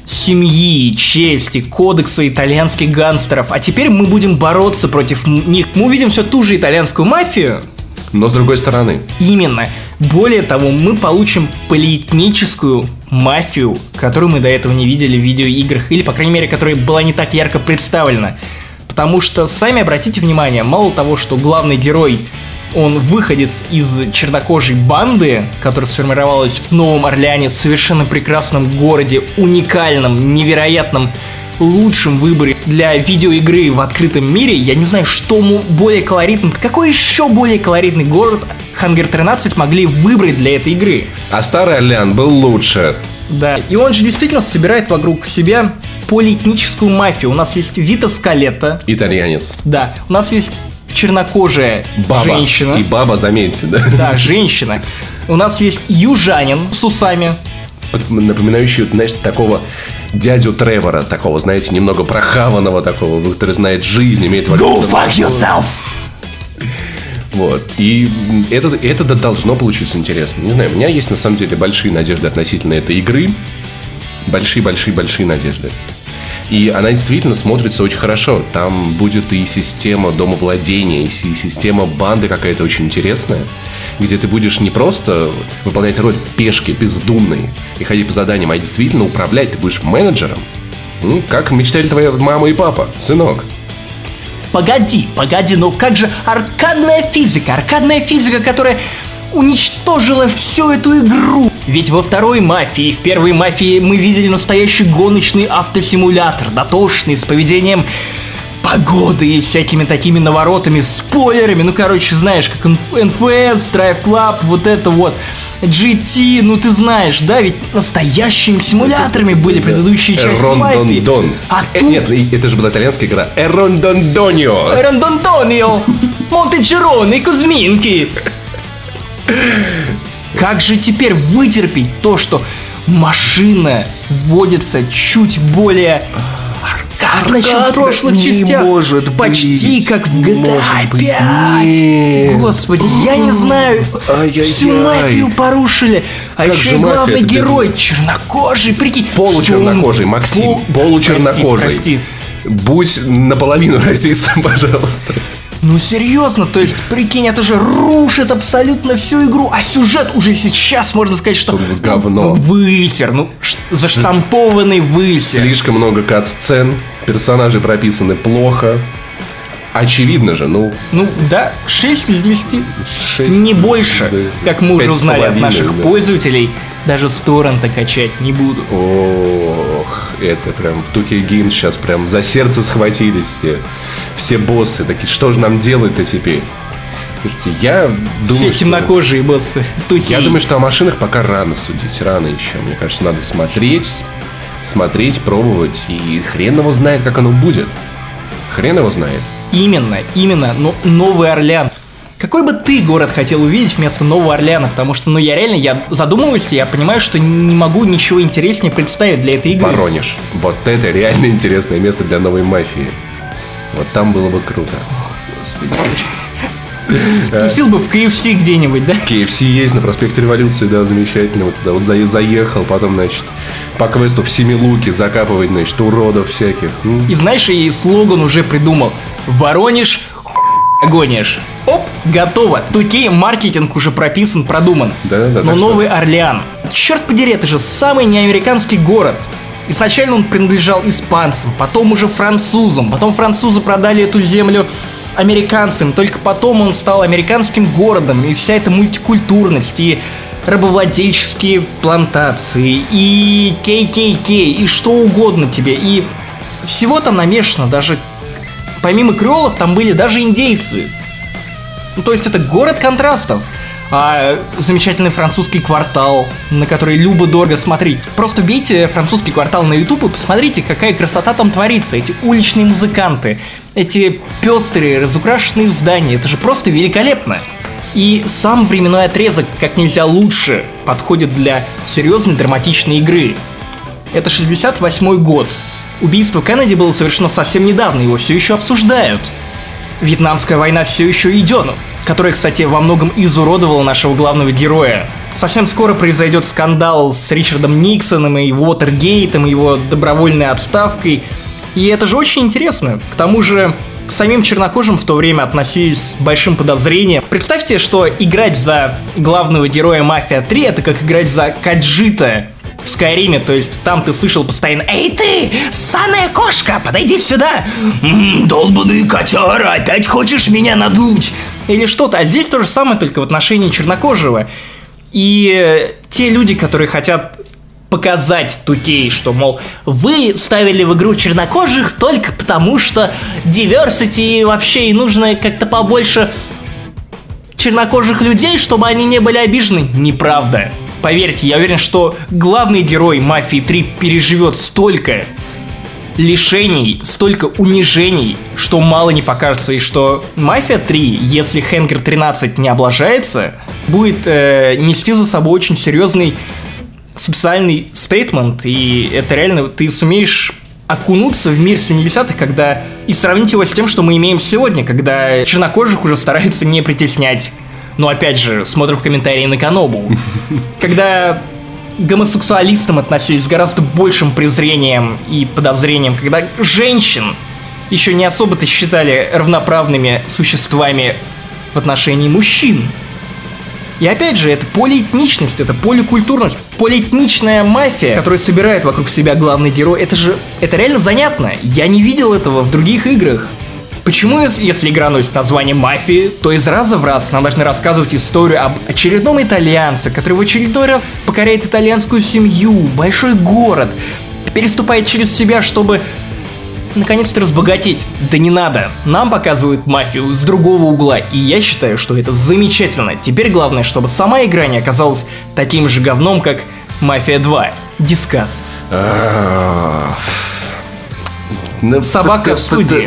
семьи, чести, кодекса итальянских гангстеров, а теперь мы будем бороться против них. Мы увидим все ту же итальянскую мафию. Но с другой стороны. Именно. Более того, мы получим полиэтническую мафию, которую мы до этого не видели в видеоиграх, или, по крайней мере, которая была не так ярко представлена. Потому что, сами обратите внимание, мало того, что главный герой, он выходец из чернокожей банды, которая сформировалась в Новом Орлеане, совершенно прекрасном городе, уникальном, невероятном, лучшем выборе для видеоигры в открытом мире. Я не знаю, что более колоритный, какой еще более колоритный город Хангер тринадцать могли выбрать для этой игры. А Старый Орлеан был лучше. Да, и он же действительно собирает вокруг себя полиэтническую мафию. У нас есть Вита Скалетта. Итальянец. Да, у нас есть чернокожая Баба. женщина. И баба, заметьте, да? Да, женщина. У нас есть южанин с усами. Напоминающий, знаешь, такого дядю Тревора, такого, знаете, немного прохаванного такого, который знает жизнь, имеет... Go fuck yourself! Вот. И это, это должно получиться интересно. Не знаю, у меня есть на самом деле большие надежды относительно этой игры. Большие-большие-большие надежды. И она действительно смотрится очень хорошо. Там будет и система домовладения, и система банды какая-то очень интересная, где ты будешь не просто выполнять роль пешки бездумной и ходить по заданиям, а действительно управлять. Ты будешь менеджером. Ну, как мечтали твоя мама и папа, сынок. Погоди, погоди, но как же аркадная физика? Аркадная физика, которая уничтожила всю эту игру. Ведь во второй мафии и в первой мафии мы видели настоящий гоночный автосимулятор, дотошный, с поведением погоды и всякими такими наворотами, спойлерами. Ну, короче, знаешь, как эн эф эс, Drive Club, вот это вот, джи ти, ну ты знаешь, да, ведь настоящими симуляторами были предыдущие части мафии. Эрондондон. А Э, тут... Нет, это же была итальянская игра. Эрондондонио. Рандонтонио, Монтеджероне и Кузьминки. Как же теперь вытерпеть то, что машина водится чуть более аркадно, чем в прошлых не частях? может Почти быть. как в джи ти эй Может быть, пять. нет. Господи, я не знаю. Ай-яй-яй. Всю мафию порушили. А Как еще же и мафия, главный это без- герой чернокожий, прикинь. Получернокожий, что он- Максим. Пол- Получернокожий. Прости, прости. Будь наполовину расистом, пожалуйста. Ну серьезно, то есть, прикинь, это же рушит абсолютно всю игру, а сюжет уже сейчас, можно сказать, что... Что говно. Ну, высер, ну, ш- заштампованный высер. Слишком много кат-сцен, персонажи прописаны плохо. Очевидно же, ну... Ну, да, шесть из десяти. шесть, Не больше, да, как мы уже пять с узнали от половиной, наших да. пользователей, даже с торрента качать не буду. Ох, это прям в ту кей Games сейчас прям за сердце схватились все. Все боссы такие, что же нам делать-то теперь? Слушайте, я думаю, Все что... темнокожие боссы. Туки. Я думаю, что о машинах пока рано судить, рано еще. Мне кажется, надо смотреть, смотреть, пробовать, и хрен его знает, как оно будет. Хрен его знает. Именно, именно, но Новый Орлеан. Какой бы ты город хотел увидеть вместо Нового Орлеана? Потому что, ну, я реально, я задумываюсь, я понимаю, что не могу ничего интереснее представить для этой игры. Воронеж. Вот это реально интересное место для новой мафии. Вот там было бы круто. Тусил бы в кей эф си где-нибудь, да? кей эф си есть на проспекте Революции, да, замечательно. Вот туда вот за- заехал, потом, значит, по квесту в Семилуки закапывать, значит, уродов всяких. Ну, И знаешь, и слоган уже придумал. Воронеж, хуй гонишь. Оп, готово. ту кей маркетинг уже прописан, продуман. Да-да-да, Но так что- Новый Орлеан. Черт подери, это же самый неамериканский город. Изначально он принадлежал испанцам, потом уже французам. Потом французы продали эту землю американцам. Только потом он стал американским городом. И вся эта мультикультурность, и рабовладельческие плантации, и кей кей кей, и что угодно тебе. И всего там намешано. Даже помимо креолов там были даже индейцы. Ну, то есть это город контрастов. А замечательный французский квартал, на который любо-дорого смотреть. Просто бейте французский квартал на YouTube и посмотрите, какая красота там творится. Эти уличные музыканты, эти пестрые, разукрашенные здания. Это же просто великолепно. И сам временной отрезок как нельзя лучше подходит для серьезной драматичной игры. Это шестьдесят восьмой год. Убийство Кеннеди было совершено совсем недавно, его все еще обсуждают. Вьетнамская война все еще идет, которая, кстати, во многом изуродовала нашего главного героя. Совсем скоро произойдет скандал с Ричардом Никсоном и Уотергейтом, и его добровольной отставкой. И это же очень интересно. К тому же, к самим чернокожим в то время относились с большим подозрением. Представьте, что играть за главного героя Мафия три — это как играть за Каджита в Скайриме, то есть там ты слышал постоянно: «Эй ты, ссаная кошка, подойди сюда! М, долбаный котяра, опять хочешь меня надуть?» Или что-то. А здесь то же самое, только в отношении чернокожего. И э, те люди, которые хотят показать ту кей, что, мол, вы ставили в игру чернокожих только потому, что diversity и вообще и нужно как-то побольше чернокожих людей, чтобы они не были обижены. Неправда. Поверьте, я уверен, что главный герой Мафии три переживет столько лишений, столько унижений, что мало не покажется, и что Мафия три, если Хэнкер тринадцать не облажается, будет э, нести за собой очень серьезный социальный стейтмент, и это реально ты сумеешь окунуться в мир семидесятых, когда и сравнить его с тем, что мы имеем сегодня, когда чернокожих уже стараются не притеснять. Но опять же, смотрим в комментарии на Канобу. Когда к гомосексуалистам относились с гораздо большим презрением и подозрением, когда женщин еще не особо-то считали равноправными существами в отношении мужчин. И опять же, это полиэтничность, это поликультурность, полиэтничная мафия, которая собирает вокруг себя главный герой. Это же, это реально занятно. Я не видел этого в других играх. Почему, если игра носит название «Мафии», то из раза в раз нам должны рассказывать историю об очередном итальянце, который в очередной раз покоряет итальянскую семью, большой город, переступает через себя, чтобы наконец-то разбогатеть? Да не надо. Нам показывают мафию с другого угла, и я считаю, что это замечательно. Теперь главное, чтобы сама игра не оказалась таким же говном, как «Мафия два». Дискас. Собака в студии.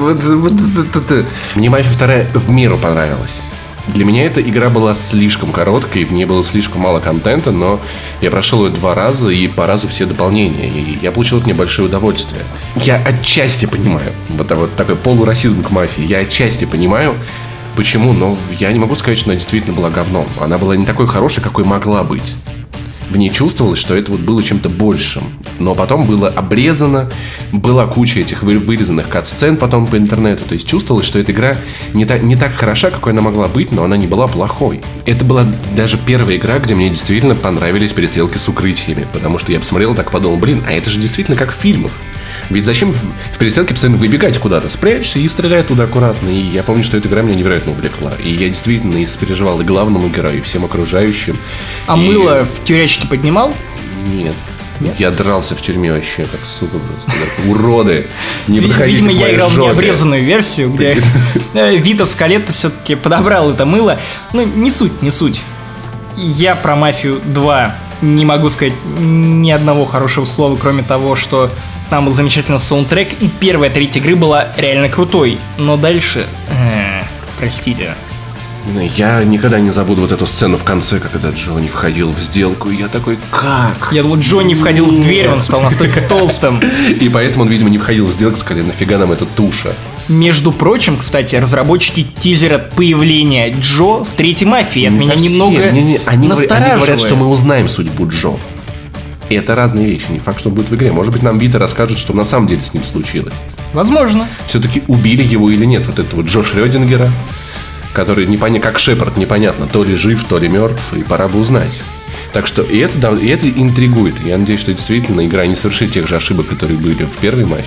Мне «Мафия два» в меру понравилась. Для меня эта игра была слишком короткой, в ней было слишком мало контента, но я прошел ее два раза, и по разу все дополнения, и я получил от нее большое удовольствие. Я отчасти понимаю, вот, вот такой полурасизм к мафии, я отчасти понимаю, почему, но я не могу сказать, что она действительно была говном. Она была не такой хорошей, какой могла быть. В ней чувствовалось, что это вот было чем-то большим. Но потом было обрезано, была куча этих вырезанных кат-сцен потом по интернету. То есть чувствовалось, что эта игра не, та, не так хороша, какой она могла быть, но она не была плохой. Это была даже первая игра, где мне действительно понравились перестрелки с укрытиями. Потому что я посмотрел и так подумал: блин, а это же действительно как в фильмах. Ведь зачем в перестрелке постоянно выбегать куда-то, спрячься и стрелять туда аккуратно. И я помню, что эта игра меня невероятно увлекла. И я действительно испереживал и главному герою, и всем окружающим. А и... мыло в тюрячке поднимал? Нет. Нет. Я дрался в тюрьме вообще, как сука просто. Как уроды. Не подходите к моей Видимо, я играл в жопе. необрезанную версию, где Вита Скалетто все-таки подобрал это мыло. Ну, не суть, не суть. Я про «Мафию два» не могу сказать ни одного хорошего слова, кроме того, что там был замечательный саундтрек, и первая треть игры была реально крутой. Но дальше... Э, простите. Я никогда не забуду вот эту сцену в конце, когда Джонни входил в сделку, и я такой, как? Я думал, Джонни входил в дверь, он стал настолько толстым. И поэтому он, видимо, не входил в сделку, сказали, нафига нам эта туша? Между прочим, кстати, разработчики тизера появления Джо в третьей мафии от Не меня совсем. немного Не, не, они, говорят, они говорят, настораживает. что мы узнаем судьбу Джо. И это разные вещи, не факт, что он будет в игре. Может быть, нам Вита расскажет, что на самом деле с ним случилось. Возможно. Все-таки убили его или нет, вот этого Джо Шрёдингера, который непонятно, как Шепард, непонятно, то ли жив, то ли мертв, и пора бы узнать. Так что и это, да, и это интригует. Я надеюсь, что действительно игра не совершит тех же ошибок, которые были в первой мафии.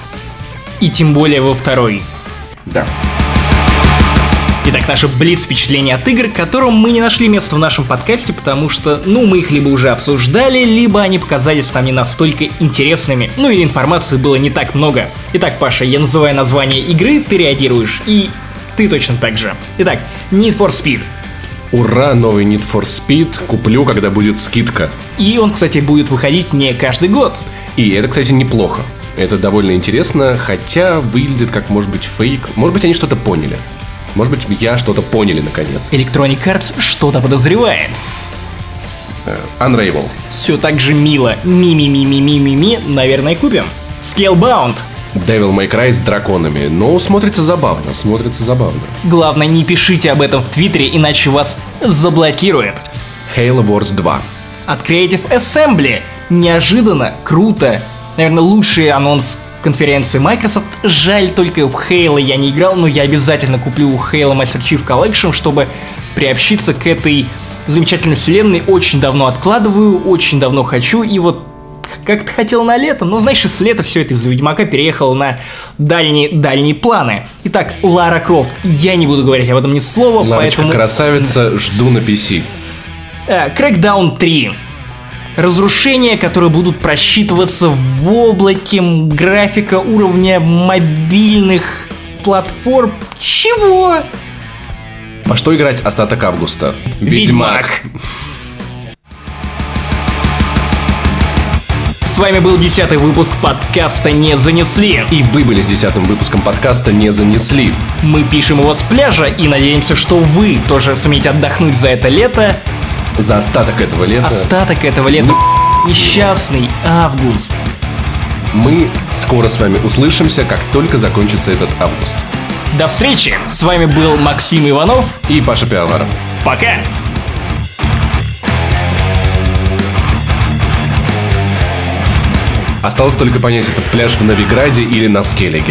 И тем более во второй. Да. Итак, наше блиц впечатления от игр, которым мы не нашли места в нашем подкасте, потому что, ну, мы их либо уже обсуждали, либо они показались нам не настолько интересными, ну или информации было не так много. Итак, Паша, я называю название игры, ты реагируешь, и ты точно так же. Итак, Need for Speed. Ура, новый Need for Speed. Куплю, когда будет скидка. И он, кстати, будет выходить не каждый год. И это, кстати, неплохо. Это довольно интересно, хотя выглядит как, может быть, фейк. Может быть, они что-то поняли. Может быть, я что-то поняли, наконец. Electronic Arts что-то подозревает. Unravel. Все так же мило. Ми-ми-ми-ми-ми-ми-ми, наверное, купим. Scalebound. Devil May Cry с драконами. Но смотрится забавно, смотрится забавно. Главное, не пишите об этом в Твиттере, иначе вас заблокирует. Halo Wars два. От Creative Assembly. Неожиданно, круто. Наверное, лучший анонс конференции Microsoft. Жаль, только в Halo я не играл, но я обязательно куплю Halo Master Chief Collection, чтобы приобщиться к этой замечательной вселенной. Очень давно откладываю, очень давно хочу, и вот как-то хотел на лето, но, знаешь, с лета все это из-за Ведьмака переехало на дальние-дальние планы. Итак, Лара Крофт. Я не буду говорить об этом ни слова, Ларочка поэтому... красавица, жду на пи си. А, Crackdown три. Разрушения, которые будут просчитываться в облаке, графика уровня мобильных платформ. Чего? Во что играть остаток августа? Ведьмак. С вами был десятый выпуск подкаста «Не занесли». И вы были с десятым выпуском подкаста «Не занесли». Мы пишем его с пляжа и надеемся, что вы тоже сумеете отдохнуть за это лето. За остаток этого лета Остаток этого лета. Несчастный август. мы скоро с вами услышимся, как только закончится этот август. До встречи. С вами был Максим Иванов И Паша Пиаваров. Пока. Осталось только понять, это пляж в Новиграде или на Скеллиге.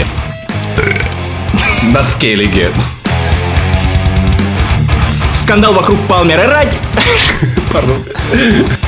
На Скеллиге. Скандал вокруг Палмера Ради. Пардон.